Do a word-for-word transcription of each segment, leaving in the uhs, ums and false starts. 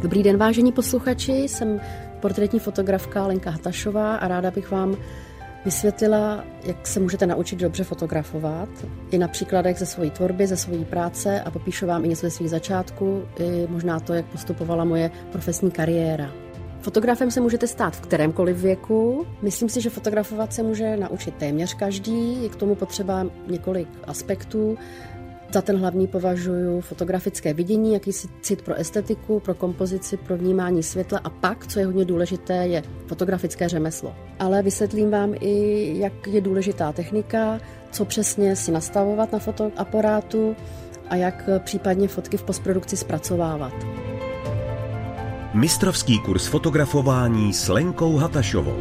Dobrý den, vážení posluchači, jsem portrétní fotografka Lenka Hatašová a ráda bych vám vysvětlila, jak se můžete naučit dobře fotografovat. I na příkladech ze své tvorby, ze své práce a popíšu vám i něco ze svých začátků, i možná to, jak postupovala moje profesní kariéra. Fotografem se můžete stát v kterémkoliv věku. Myslím si, že fotografovat se může naučit téměř každý. Je k tomu potřeba několik aspektů. Za ten hlavní považuji fotografické vidění, jakýsi cit pro estetiku, pro kompozici, pro vnímání světla a pak, co je hodně důležité, je fotografické řemeslo. Ale vysvětlím vám i, jak je důležitá technika, co přesně si nastavovat na fotoaparátu a jak případně fotky v postprodukci zpracovávat. Mistrovský kurz fotografování s Lenkou Hatašovou.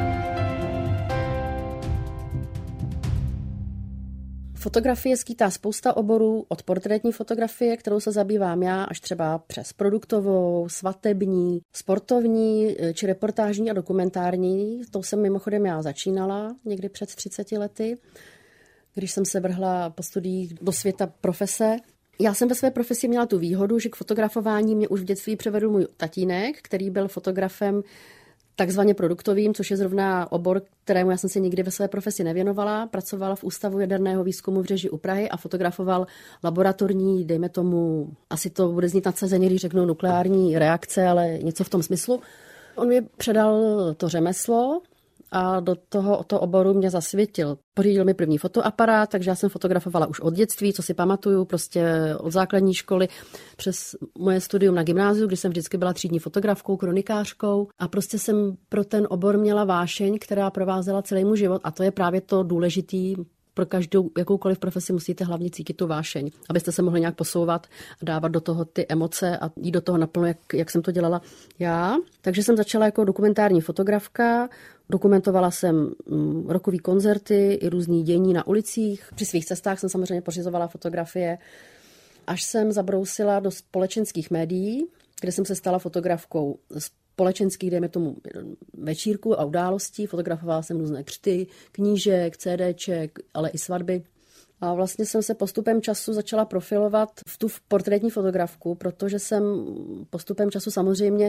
Fotografie skýtá spousta oborů, od portrétní fotografie, kterou se zabývám já, až třeba přes produktovou, svatební, sportovní či reportážní a dokumentární. To jsem mimochodem já začínala někdy před třiceti lety, když jsem se vrhla po studiích do světa profese. Já jsem ve své profesi měla tu výhodu, že k fotografování mě už v dětství převedl můj tatínek, který byl fotografem takzvaně produktovým, což je zrovna obor, kterému já jsem se nikdy ve své profesi nevěnovala. Pracovala v Ústavu jaderného výzkumu v Řeži u Prahy a fotografoval laboratorní, dejme tomu, asi to bude znít nadsazeně, když řeknu nukleární reakce, ale něco v tom smyslu. On mi předal to řemeslo a do toho, toho oboru mě zasvětil. Pořídil mi první fotoaparát, takže já jsem fotografovala už od dětství, co si pamatuju, prostě od základní školy přes moje studium na gymnáziu, kdy jsem vždycky byla třídní fotografkou, kronikářkou a prostě jsem pro ten obor měla vášeň, která provázela celý můj život a to je právě to důležitý. Pro každou jakoukoliv profesi musíte hlavně cítit tu vášeň, abyste se mohli nějak posouvat a dávat do toho ty emoce a jít do toho naplno, jak, jak jsem to dělala já. Takže jsem začala jako dokumentární fotografka, dokumentovala jsem rokový koncerty i různý dění na ulicích. Při svých cestách jsem samozřejmě pořizovala fotografie, až jsem zabrousila do společenských médií, kde jsem se stala fotografkou společenských, dejme tomu, večírku a událostí. Fotografovala jsem různé křty, knížek, CDček, ale i svatby. A vlastně jsem se postupem času začala profilovat v tu portrétní fotografku, protože jsem postupem času samozřejmě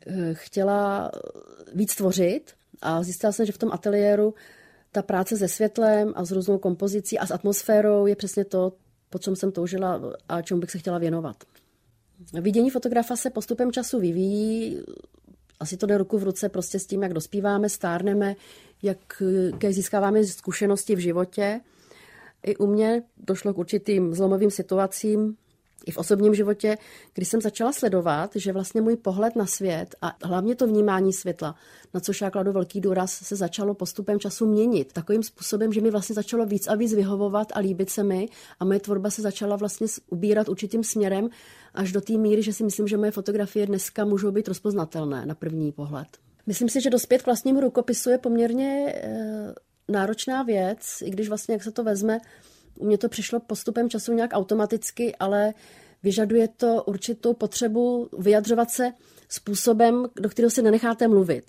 chtěla víc tvořit a zjistila jsem, že v tom ateliéru ta práce se světlem a s různou kompozicí a s atmosférou je přesně to, po čem jsem toužila a čemu bych se chtěla věnovat. Vidění fotografa se postupem času vyvíjí, asi to jde ruku v ruce prostě s tím, jak dospíváme, stárneme, jak získáváme zkušenosti v životě. I u mě došlo k určitým zlomovým situacím i v osobním životě, kdy jsem začala sledovat, že vlastně můj pohled na svět a hlavně to vnímání světla, na což já kladu velký důraz, se začalo postupem času měnit. Takovým způsobem, že mi vlastně začalo víc a víc vyhovovat a líbit se mi a moje tvorba se začala vlastně ubírat určitým směrem až do té míry, že si myslím, že moje fotografie dneska můžou být rozpoznatelné na první pohled. Myslím si, že dospět k vlastnímu rukopisu je poměrně e, náročná věc, i když vlastně, jak se to vezme, u mě to přišlo postupem času nějak automaticky, ale vyžaduje to určitou potřebu vyjadřovat se způsobem, do kterého si nenecháte mluvit.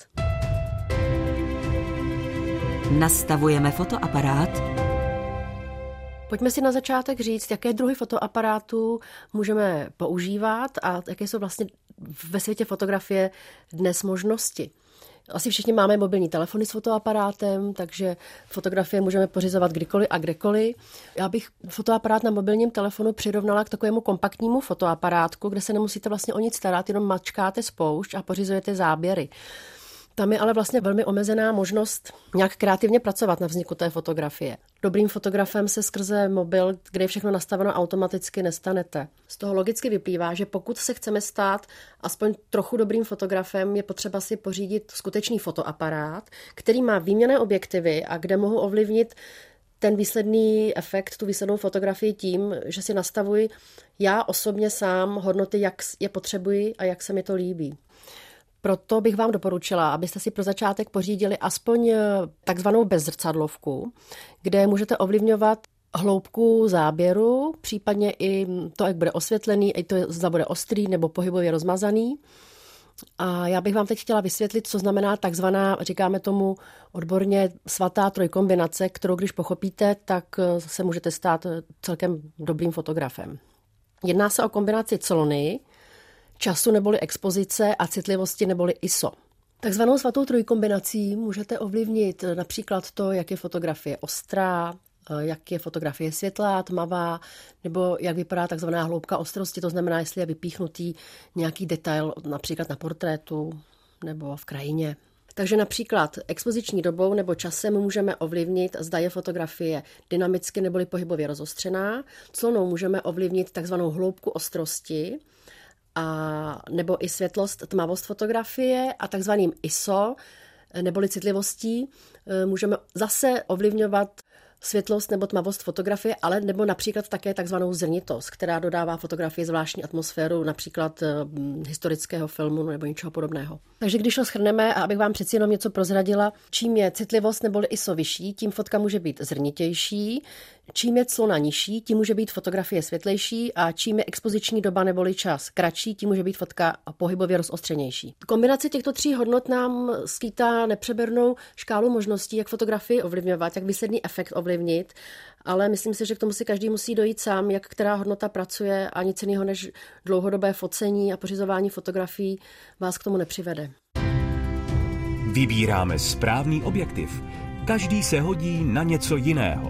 Nastavujeme fotoaparát. Pojďme si na začátek říct, jaké druhy fotoaparátů můžeme používat a jaké jsou vlastně ve světě fotografie dnes možnosti. Asi všichni máme mobilní telefony s fotoaparátem, takže fotografie můžeme pořizovat kdykoliv a kdekoliv. Já bych fotoaparát na mobilním telefonu přirovnala k takovému kompaktnímu fotoaparátku, kde se nemusíte vlastně o nic starat, jenom mačkáte spoušť a pořizujete záběry. Tam je ale vlastně velmi omezená možnost nějak kreativně pracovat na vzniku té fotografie. Dobrým fotografem se skrze mobil, kde je všechno nastaveno automaticky, nestanete. Z toho logicky vyplývá, že pokud se chceme stát aspoň trochu dobrým fotografem, je potřeba si pořídit skutečný fotoaparát, který má výměnné objektivy a kde mohu ovlivnit ten výsledný efekt, tu výslednou fotografii tím, že si nastavuji já osobně sám hodnoty, jak je potřebuji a jak se mi to líbí. Proto bych vám doporučila, abyste si pro začátek pořídili aspoň takzvanou bezzrcadlovku, kde můžete ovlivňovat hloubku záběru, případně i to, jak bude osvětlený, i to, zda bude ostrý nebo pohybově rozmazaný. A já bych vám teď chtěla vysvětlit, co znamená takzvaná, říkáme tomu odborně, svatá trojkombinace, kterou když pochopíte, tak se můžete stát celkem dobrým fotografem. Jedná se o kombinaci clony, času neboli expozice a citlivosti neboli I S O. Takzvanou svatou trojkombinací můžete ovlivnit například to, jak je fotografie ostrá, jak je fotografie světlá, tmavá, nebo jak vypadá takzvaná hloubka ostrosti, to znamená, jestli je vypíchnutý nějaký detail například na portrétu nebo v krajině. Takže například expoziční dobou nebo časem můžeme ovlivnit, zda je fotografie dynamicky neboli pohybově rozostřená. Clonou můžeme ovlivnit takzvanou hloubku ostrosti, a nebo i světlost, tmavost fotografie a takzvaným I S O neboli citlivostí můžeme zase ovlivňovat světlost nebo tmavost fotografie, ale nebo například také takzvanou zrnitost, která dodává fotografii zvláštní atmosféru, například historického filmu nebo něčeho podobného. Takže když ho shrneme, a abych vám přeci jenom něco prozradila, čím je citlivost neboli I S O vyšší, tím fotka může být zrnitější, čím je clona nižší, tím může být fotografie světlejší a čím je expoziční doba neboli čas kratší, tím může být fotka pohybově rozostřenější. Kombinace těchto tří hodnot nám skýtá nepřebernou škálu možností, jak fotografii ovlivňovat, jak výsledný efekt ovlivnit, ale myslím si, že k tomu si každý musí dojít sám, jak která hodnota pracuje a nic jiného než dlouhodobé focení a pořizování fotografií vás k tomu nepřivede. Vybíráme správný objektiv. Každý se hodí na něco jiného.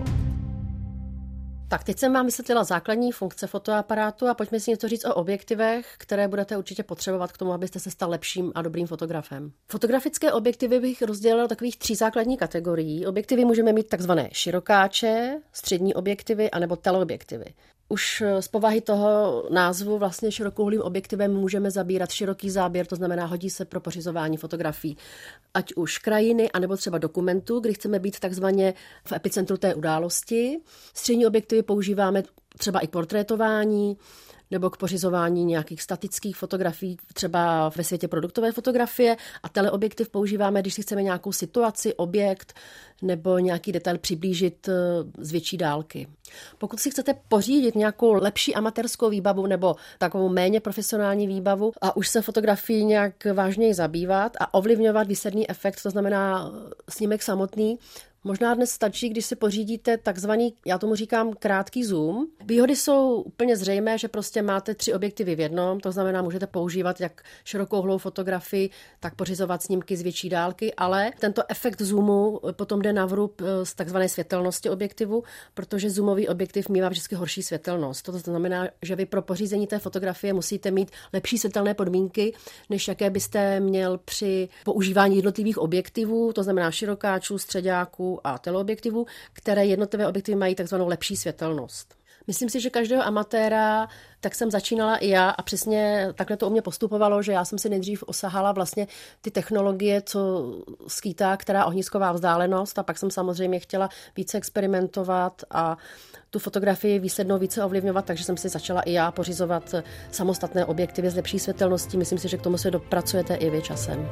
Tak teď jsem vám vysvětlila základní funkce fotoaparátu a pojďme si něco říct o objektivech, které budete určitě potřebovat k tomu, abyste se stal lepším a dobrým fotografem. Fotografické objektivy bych rozdělila do takových tří základních kategorií. Objektivy můžeme mít takzvané širokáče, střední objektivy anebo teleobjektivy. Už z povahy toho názvu vlastně širokouhlým objektivem můžeme zabírat široký záběr, to znamená hodí se pro pořizování fotografií, ať už krajiny, anebo třeba dokumentu, kdy chceme být takzvaně v epicentru té události. Střední objektivy používáme třeba i k portrétování, nebo k pořizování nějakých statických fotografií, třeba ve světě produktové fotografie, a teleobjektiv používáme, když si chceme nějakou situaci, objekt nebo nějaký detail přiblížit z větší dálky. Pokud si chcete pořídit nějakou lepší amatérskou výbavu nebo takovou méně profesionální výbavu a už se fotografii nějak vážněji zabývat a ovlivňovat výsledný efekt, to znamená snímek samotný, možná dnes stačí, když si pořídíte takzvaný, já tomu říkám, krátký zoom. Výhody jsou úplně zřejmé, že prostě máte tři objektivy v jednom, to znamená, můžete používat jak širokouhlou fotografii, tak pořizovat snímky z větší dálky, ale tento efekt zoomu potom jde na vrub z takzvané světelnosti objektivu, protože zoomový objektiv mívá vždycky horší světelnost. To znamená, že vy pro pořízení té fotografie musíte mít lepší světelné podmínky, než jaké byste měl při používání jednotlivých objektivů, to znamená širokáčů, středáků a teleobjektivů, které jednotlivé objektivy mají takzvanou lepší světelnost. Myslím si, že každého amatéra, tak jsem začínala i já a přesně takhle to u mě postupovalo, že já jsem si nejdřív osahala vlastně ty technologie, co skýtá, která ohnisková vzdálenost, a pak jsem samozřejmě chtěla více experimentovat a tu fotografii výslednou více ovlivňovat, takže jsem si začala i já pořizovat samostatné objektivy s lepší světelností. Myslím si, že k tomu se dopracujete i vy časem.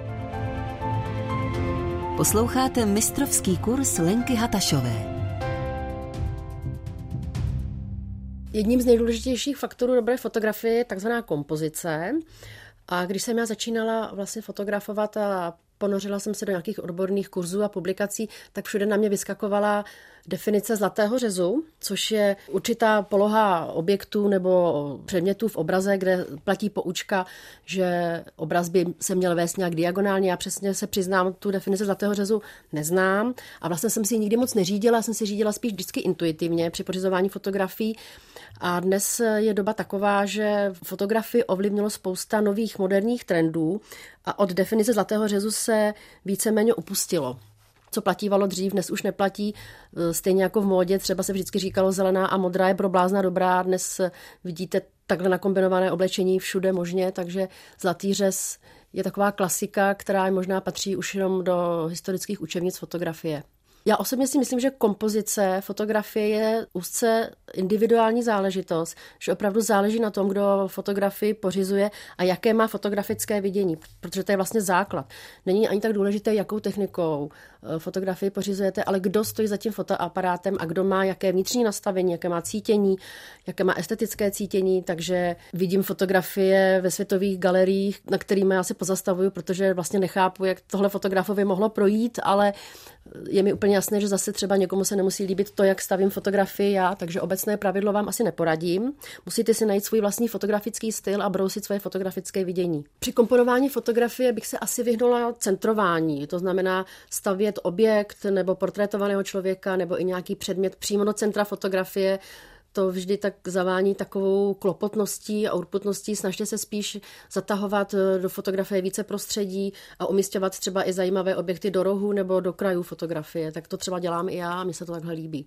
Posloucháte mistrovský kurz Lenky Hatašové. Jedním z nejdůležitějších faktorů dobré fotografie je takzvaná kompozice. A když jsem já začínala vlastně fotografovat a ponořila jsem se do nějakých odborných kurzů a publikací, tak všude na mě vyskakovala definice zlatého řezu, což je určitá poloha objektů nebo předmětů v obraze, kde platí poučka, že obraz by se měl vést nějak diagonálně. Já přesně se přiznám, tu definici zlatého řezu neznám a vlastně jsem si ji nikdy moc neřídila, jsem si řídila spíš vždycky intuitivně při pořizování fotografií. A dnes je doba taková, že fotografii ovlivnilo spousta nových moderních trendů a od definice zlatého řezu se víceméně upustilo. Co platívalo dřív, dnes už neplatí. Stejně jako v módě, třeba se vždycky říkalo, zelená a modrá je pro blázna dobrá. Dnes vidíte takhle nakombinované oblečení všude možně, takže zlatý řez je taková klasika, která možná patří už jenom do historických učebnic fotografie. Já osobně si myslím, že kompozice fotografie je úzce individuální záležitost, že opravdu záleží na tom, kdo fotografii pořizuje a jaké má fotografické vidění, protože to je vlastně základ. Není ani tak důležité, jakou technikou fotografii pořizujete, ale kdo stojí za tím fotoaparátem a kdo má jaké vnitřní nastavení, jaké má cítění, jaké má estetické cítění, takže vidím fotografie ve světových galeriích, na kterými já se pozastavuju, protože vlastně nechápu, jak tohle fotografovi mohlo projít, ale Je mi úplně jasné, že zase třeba někomu se nemusí líbit to, jak stavím fotografii já, takže obecné pravidlo vám asi neporadím. Musíte si najít svůj vlastní fotografický styl a brousit svoje fotografické vidění. Při komponování fotografie bych se asi vyhnula centrování, to znamená stavět objekt nebo portrétovaného člověka nebo i nějaký předmět přímo do centra fotografie. To vždy tak zavání takovou klopotností a urputností. Snažte se spíš zatahovat do fotografie více prostředí a umisťovat třeba i zajímavé objekty do rohu nebo do krajů fotografie. Tak to třeba dělám i já a mně se to takhle líbí.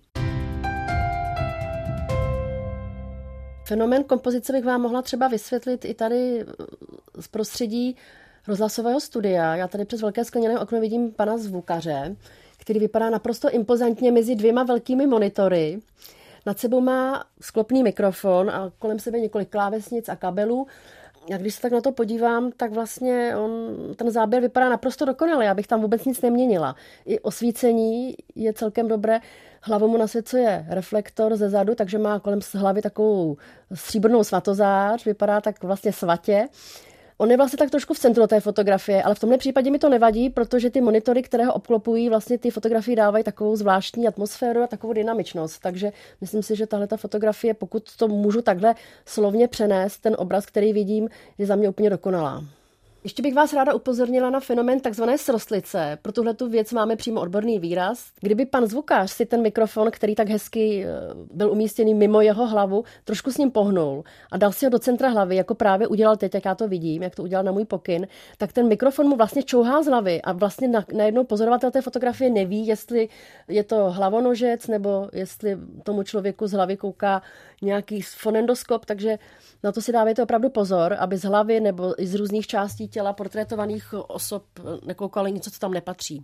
Fenomén kompozice bych vám mohla třeba vysvětlit i tady z prostředí rozhlasového studia. Já tady přes velké skleněné okno vidím pana zvukaře, který vypadá naprosto impozantně mezi dvěma velkými monitory. Nad sebou má sklopný mikrofon a kolem sebe několik klávesnic a kabelů. A když se tak na to podívám, tak vlastně on, ten záběr vypadá naprosto dokonale. Já bych tam vůbec nic neměnila. I osvícení je celkem dobré. Hlavou mu nasvěcuje reflektor ze zadu, takže má kolem hlavy takovou stříbrnou svatozář. Vypadá tak vlastně svatě. On je vlastně tak trošku v centru té fotografie, ale v tomhle případě mi to nevadí, protože ty monitory, které ho obklopují, vlastně ty fotografii dávají takovou zvláštní atmosféru a takovou dynamičnost. Takže myslím si, že tahle ta fotografie, pokud to můžu takhle slovně přenést, ten obraz, který vidím, je za mě úplně dokonalá. Ještě bych vás ráda upozornila na fenomén takzvané srostlice. Pro tuhletu věc máme přímo odborný výraz. Kdyby pan zvukář si ten mikrofon, který tak hezky byl umístěný mimo jeho hlavu, trošku s ním pohnul a dal si ho do centra hlavy, jako právě udělal teď, jak já to vidím, jak to udělal na můj pokyn, tak ten mikrofon mu vlastně čouhá z hlavy a vlastně najednou pozorovatel té fotografie neví, jestli je to hlavonožec nebo jestli tomu člověku z hlavy kouká nějaký fonendoskop, takže na to si dávejte opravdu pozor, aby z hlavy nebo i z různých částí těla portrétovaných osob nekoukali něco, co tam nepatří.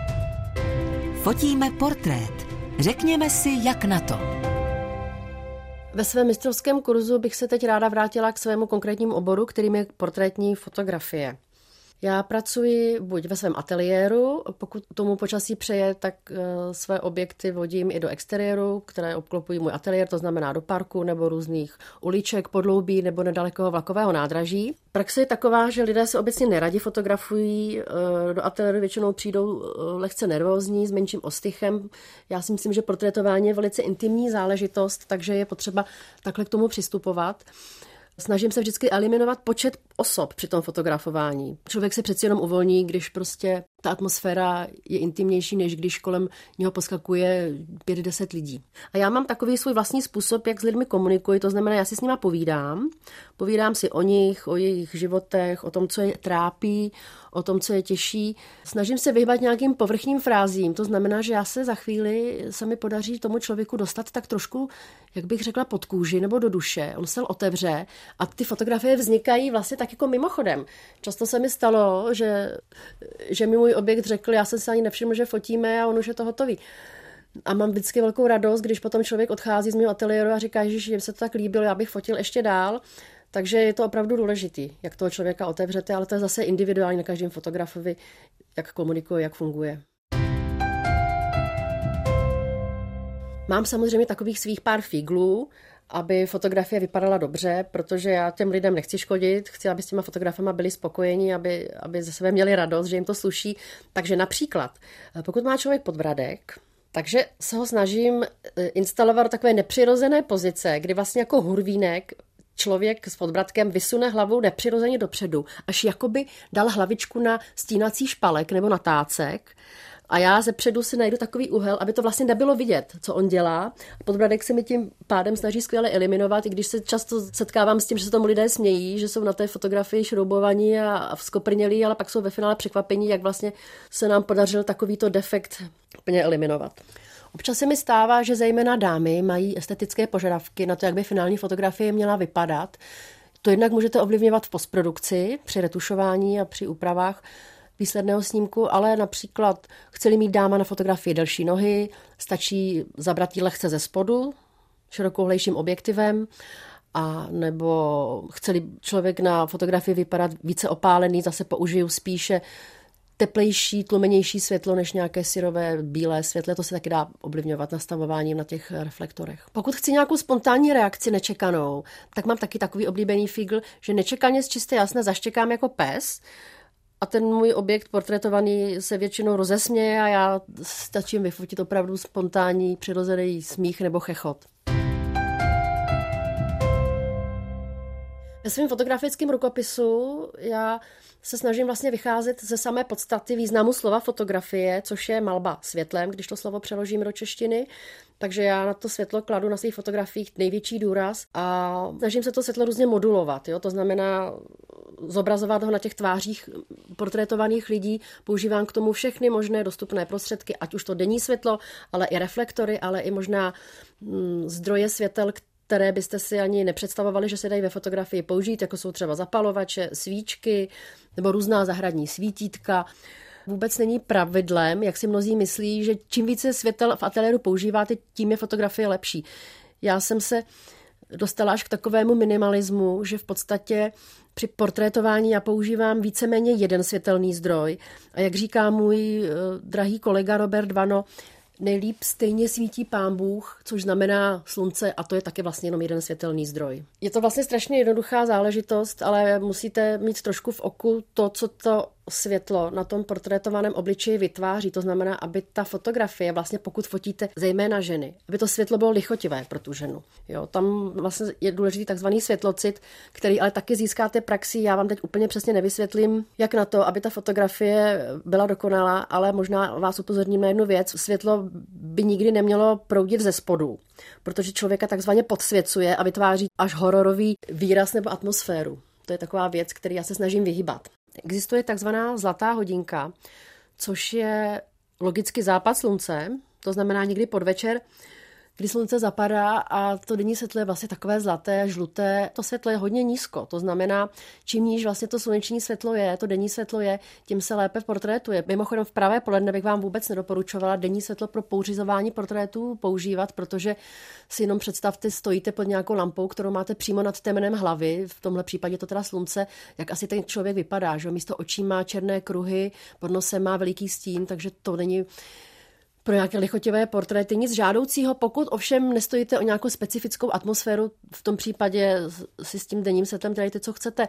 Fotíme portrét. Řekněme si, jak na to. Ve svém mistrovském kurzu bych se teď ráda vrátila k svému konkrétnímu oboru, kterým je portrétní fotografie. Já pracuji buď ve svém ateliéru, pokud tomu počasí přeje, tak své objekty vodím i do exteriéru, které obklopují můj ateliér, to znamená do parku nebo různých uliček, podloubí nebo nedalekého vlakového nádraží. Praxe je taková, že lidé se obecně neradi fotografují, do ateliéru většinou přijdou lehce nervózní, s menším ostychem. Já si myslím, že portrétování je velice intimní záležitost, takže je potřeba takhle k tomu přistupovat. Snažím se vždycky eliminovat počet osob při tom fotografování. Člověk se přeci jenom uvolní, když prostě ta atmosféra je intimnější, než když kolem něho poskakuje pět deset lidí. A já mám takový svůj vlastní způsob, jak s lidmi komunikuji, to znamená, já si s nima povídám. Povídám si o nich, o jejich životech, o tom, co je trápí, o tom, co je těší. Snažím se vyhýbat nějakým povrchním frázím, to znamená, že já se za chvíli se mi podaří tomu člověku dostat tak trošku, jak bych řekla, pod kůži nebo do duše. On se otevře a ty fotografie vznikají vlastně tak jako mimochodem. Často se mi stalo, že, že mi můj objekt řekl, já jsem se ani nevšiml, že fotíme a on už je to hotový. A mám vždycky velkou radost, když potom člověk odchází z mého ateliéru a říká, že jim se to tak líbilo, já bych fotil ještě dál. Takže je to opravdu důležitý, jak toho člověka otevřete, ale to je zase individuální na každém fotografovi, jak komunikuje, jak funguje. Mám samozřejmě takových svých pár fíglů, aby fotografie vypadala dobře, protože já těm lidem nechci škodit, chci, aby s těma fotografama byli spokojení, aby, aby ze sebe měli radost, že jim to sluší. Takže například, pokud má člověk podbradek, takže se ho snažím instalovat do takové nepřirozené pozice, kdy vlastně jako hurvínek člověk s podbradkem vysune hlavu nepřirozeně dopředu, až jakoby dal hlavičku na stínací špalek nebo na tácek. A já zepředu si najdu takový úhel, aby to vlastně nebylo vidět, co on dělá. Podbradek se mi tím pádem snaží skvěle eliminovat, i když se často setkávám s tím, že se tomu lidé smějí, že jsou na té fotografii šroubovaní a vzkoprnělí, ale pak jsou ve finále překvapení, jak vlastně se nám podařil takovýto defekt úplně eliminovat. Občas se mi stává, že zejména dámy mají estetické požadavky na to, jak by finální fotografie měla vypadat. To jednak můžete ovlivňovat v postprodukci, při retušování a při úpravách výsledného snímku, ale například chce-li mít dáma na fotografii delší nohy, stačí zabrat ji lehce ze spodu, širokouhlejším objektivem, a nebo chce-li člověk na fotografii vypadat více opálený, zase použiju spíše teplejší, tlumenější světlo než nějaké syrové bílé světlo, to se taky dá ovlivňovat nastavováním na těch reflektorech. Pokud chci nějakou spontánní reakci nečekanou, tak mám taky takový oblíbený fígl, že nečekaně z čisté jasné zaštěkám jako pes a ten můj objekt portrétovaný se většinou rozesměje a já stačím vyfotit opravdu spontánní, přirozený smích nebo chechot. Ve svém fotografickém rukopisu já se snažím vlastně vycházet ze samé podstaty významu slova fotografie, což je malba světlem, když to slovo přeložím do češtiny. Takže já na to světlo kladu na svých fotografiích největší důraz a snažím se to světlo různě modulovat. Jo? To znamená zobrazovat ho na těch tvářích portrétovaných lidí. Používám k tomu všechny možné dostupné prostředky, ať už to denní světlo, ale i reflektory, ale i možná hm, zdroje světel, které byste si ani nepředstavovali, že se dají ve fotografii použít, jako jsou třeba zapalovače, svíčky nebo různá zahradní svítítka. Vůbec není pravidlem, jak si mnozí myslí, že čím více světel v ateliéru používáte, tím je fotografie lepší. Já jsem se dostala až k takovému minimalismu, že v podstatě při portrétování já používám víceméně jeden světelný zdroj. A jak říká můj uh, drahý kolega Robert Vano, nejlíp stejně svítí Pán Bůh, což znamená slunce a to je taky vlastně jenom jeden světelný zdroj. Je to vlastně strašně jednoduchá záležitost, ale musíte mít trošku v oku to, co to světlo na tom portrétovaném obličeji vytváří. To znamená, aby ta fotografie, vlastně pokud fotíte zejména ženy, aby to světlo bylo lichotivé pro tu ženu. Jo, tam vlastně je důležitý takzvaný světlocit, který ale taky získáte praxi. Já vám teď úplně přesně nevysvětlím, jak na to, aby ta fotografie byla dokonalá, ale možná vás upozorním na jednu věc. Světlo by nikdy nemělo proudit ze spodu, protože člověka takzvaně podsvěcuje a vytváří až hororový výraz nebo atmosféru. To je taková věc, který já se snažím vyhýbat. Existuje takzvaná zlatá hodinka, což je logicky západ slunce, to znamená někdy podvečer, kdy slunce zapadá a to denní světlo je vlastně takové zlaté, žluté. To světlo je hodně nízko, to znamená, čím níž vlastně to sluneční světlo je, to denní světlo je, tím se lépe portrétuje. Mimochodem v pravé poledne bych vám vůbec nedoporučovala denní světlo pro pořizování portrétů používat, protože si jenom představte, stojíte pod nějakou lampou, kterou máte přímo nad temenem hlavy, v tomhle případě to teda slunce, jak asi ten člověk vypadá, že místo očí má černé kruhy, pod nosem má veliký stín, takže to není pro nějaké lichotivé portréty nic žádoucího, pokud ovšem nestojíte o nějakou specifickou atmosféru, v tom případě si s tím denním světlem dělejte, co chcete.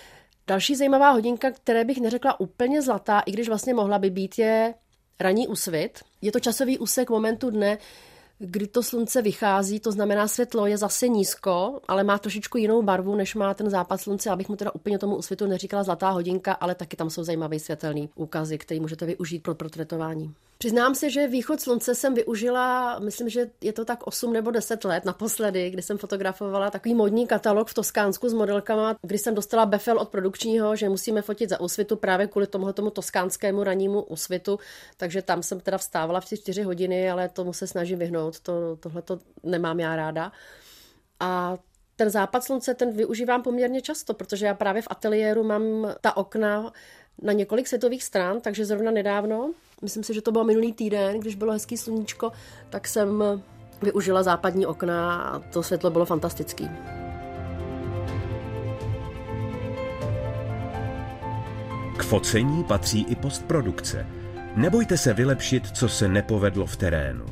Další zajímavá hodinka, které bych neřekla úplně zlatá, i když vlastně mohla by být, je ranní úsvit. Je to časový úsek momentu dne, kdy to slunce vychází, to znamená světlo je zase nízko, ale má trošičku jinou barvu, než má ten západ slunce. Abych mu teda úplně tomu úsvitu neříkala zlatá hodinka, ale taky tam jsou zajímavé světelné úkazy, které můžete využít pro portrétování. Přiznám se, že východ slunce jsem využila, myslím, že je to tak osm nebo deset let naposledy, kdy jsem fotografovala takový modní katalog v Toskánsku s modelkama, kdy jsem dostala befel od produkčního, že musíme fotit za úsvitu právě kvůli tomuhle tomu toskánskému rannímu úsvitu, takže tam jsem teda vstávala v čtyři hodiny, ale tomu se snažím vyhnout, to, tohle to nemám já ráda. A ten západ slunce, ten využívám poměrně často, protože já právě v ateliéru mám ta okna na několik světových stran, takže zrovna nedávno, myslím si, že to bylo minulý týden, když bylo hezký sluníčko, tak jsem využila západní okna a to světlo bylo fantastický. K focení patří i postprodukce. Nebojte se vylepšit, co se nepovedlo v terénu.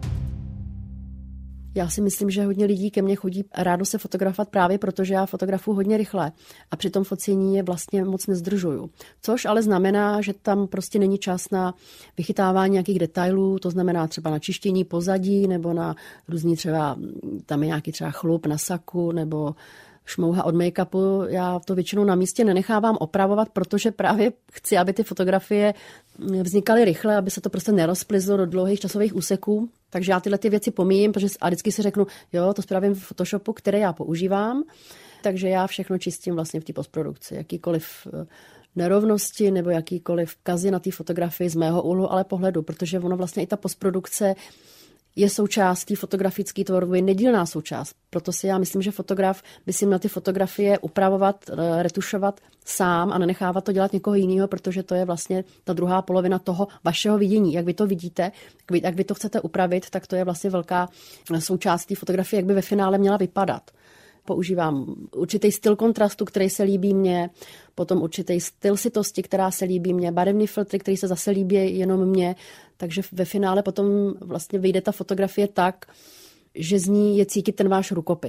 Já si myslím, že hodně lidí ke mně chodí rádo se fotografovat právě proto, že já fotografuju hodně rychle a při tom focení je vlastně moc nezdržuju. Což ale znamená, že tam prostě není čas na vychytávání nějakých detailů, to znamená třeba na čištění pozadí nebo na různý třeba, tam je nějaký třeba chlup na saku nebo šmouha od make-upu. Já to většinou na místě nenechávám opravovat, protože právě chci, aby ty fotografie vznikaly rychle, aby se to prostě nerozplizlo do dlouhých časových úseků. Takže já tyhle ty věci pomíjím, protože a vždycky si řeknu, jo, to spravím v Photoshopu, který já používám. Takže já všechno čistím vlastně v té postprodukci. Jakýkoliv nerovnosti nebo jakýkoliv kazy na té fotografii z mého úhlu, ale pohledu, protože ono vlastně i ta postprodukce je součástí fotografické tvorby, nedílná součást. Proto si já myslím, že fotograf by si měl ty fotografie upravovat, retušovat sám a nenechávat to dělat někoho jiného, protože to je vlastně ta druhá polovina toho vašeho vidění. Jak vy to vidíte, jak vy to chcete upravit, tak to je vlastně velká součást té fotografie, jak by ve finále měla vypadat. Používám určitý styl kontrastu, který se líbí mně, potom určitý styl sitosti, která se líbí mně, barevný filtry, který se zase líbí jenom mně, takže ve finále potom vlastně vyjde ta fotografie tak, že z ní je cítit ten váš rukopis.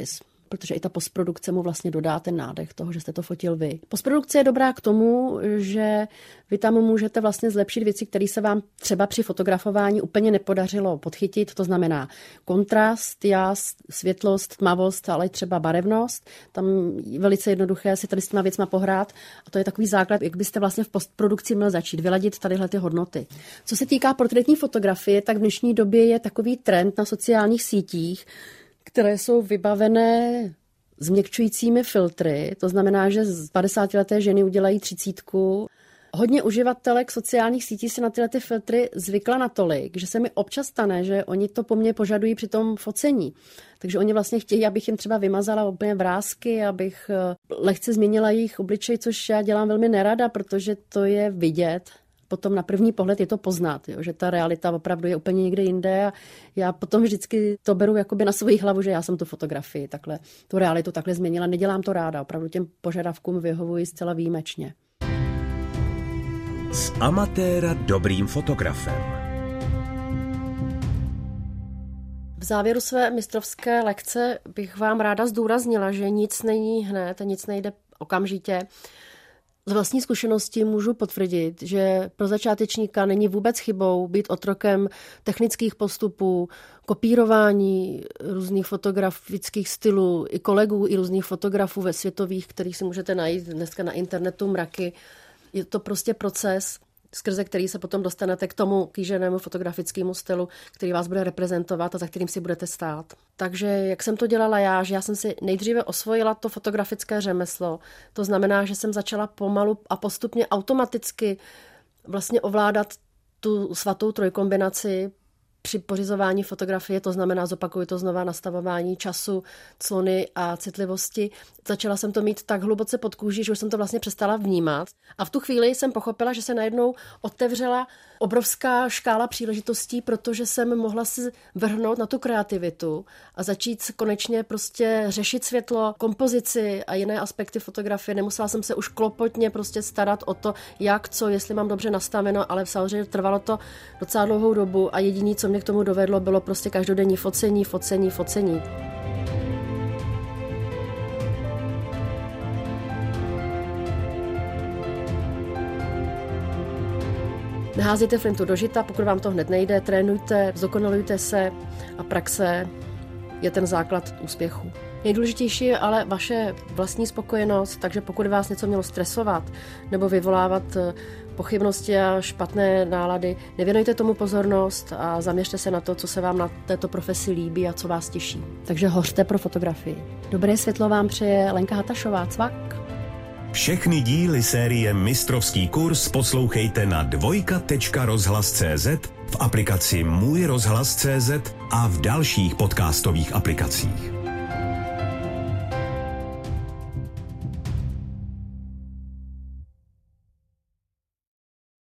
protože i ta postprodukce mu vlastně dodá ten nádech toho, že jste to fotil vy. Postprodukce je dobrá k tomu, že vy tam můžete vlastně zlepšit věci, které se vám třeba při fotografování úplně nepodařilo podchytit, to znamená kontrast, jas, světlost, tmavost, ale i třeba barevnost. Tam je velice jednoduché si tady s těma věcma pohrát a to je takový základ, jak byste vlastně v postprodukci měl začít vyladit tadyhle ty hodnoty. Co se týká portrétní fotografie, tak v dnešní době je takový trend na sociálních sítích, které jsou vybavené změkčujícími filtry, to znamená, že z padesátileté ženy udělají třicítku. Hodně uživatelek sociálních sítí si na tyhle ty filtry zvykla natolik, že se mi občas stane, že oni to po mně požadují při tom focení. Takže oni vlastně chtějí, abych jim třeba vymazala úplně vrásky, abych lehce změnila jejich obličej, což já dělám velmi nerada, protože to je vidět. Potom na první pohled je to poznat, jo, že ta realita opravdu je úplně někde jinde a já potom vždycky to beru jakoby na svoji hlavu, že já jsem tu fotografii takhle, tu realitu takhle změnila. Nedělám to ráda, opravdu těm požadavkům vyhovuji zcela výjimečně. Z amatéra dobrým fotografem. V závěru své mistrovské lekce bych vám ráda zdůraznila, že nic není hned a nic nejde okamžitě. Z vlastní zkušenosti můžu potvrdit, že pro začátečníka není vůbec chybou být otrokem technických postupů, kopírování různých fotografických stylů, i kolegů, i různých fotografů ve světových, kterých si můžete najít dneska na internetu mraky. Je to prostě proces, skrze který se potom dostanete k tomu kýženému fotografickému stylu, který vás bude reprezentovat a za kterým si budete stát. Takže jak jsem to dělala já, že já jsem si nejdříve osvojila to fotografické řemeslo. To znamená, že jsem začala pomalu a postupně automaticky vlastně ovládat tu svatou trojkombinaci při pořizování fotografie, to znamená, zopakuju to znova, nastavování času, clony a citlivosti. Začala jsem to mít tak hluboce pod kůží, že už jsem to vlastně přestala vnímat. A v tu chvíli jsem pochopila, že se najednou otevřela obrovská škála příležitostí, protože jsem mohla si vrhnout na tu kreativitu a začít konečně prostě řešit světlo, kompozici a jiné aspekty fotografie. Nemusela jsem se už klopotně prostě starat o to, jak, co, jestli mám dobře nastaveno, ale samozřejmě trvalo to docela dlouhou dobu a jediné, co mě k tomu dovedlo, bylo prostě každodenní focení, focení, focení. Neházejte flintu do žita, pokud vám to hned nejde, trénujte, zdokonalujte se a praxe je ten základ úspěchu. Nejdůležitější je ale vaše vlastní spokojenost, takže pokud vás něco mělo stresovat nebo vyvolávat pochybnosti a špatné nálady, nevěnujte tomu pozornost a zaměřte se na to, co se vám na této profesi líbí a co vás těší. Takže hořte pro fotografii. Dobré světlo vám přeje Lenka Hatašová. Cvak! Všechny díly série Mistrovský kurz poslouchejte na dvojka tečka rozhlas tečka cé zet, v aplikaci Můj rozhlas tečka cé zet a v dalších podcastových aplikacích.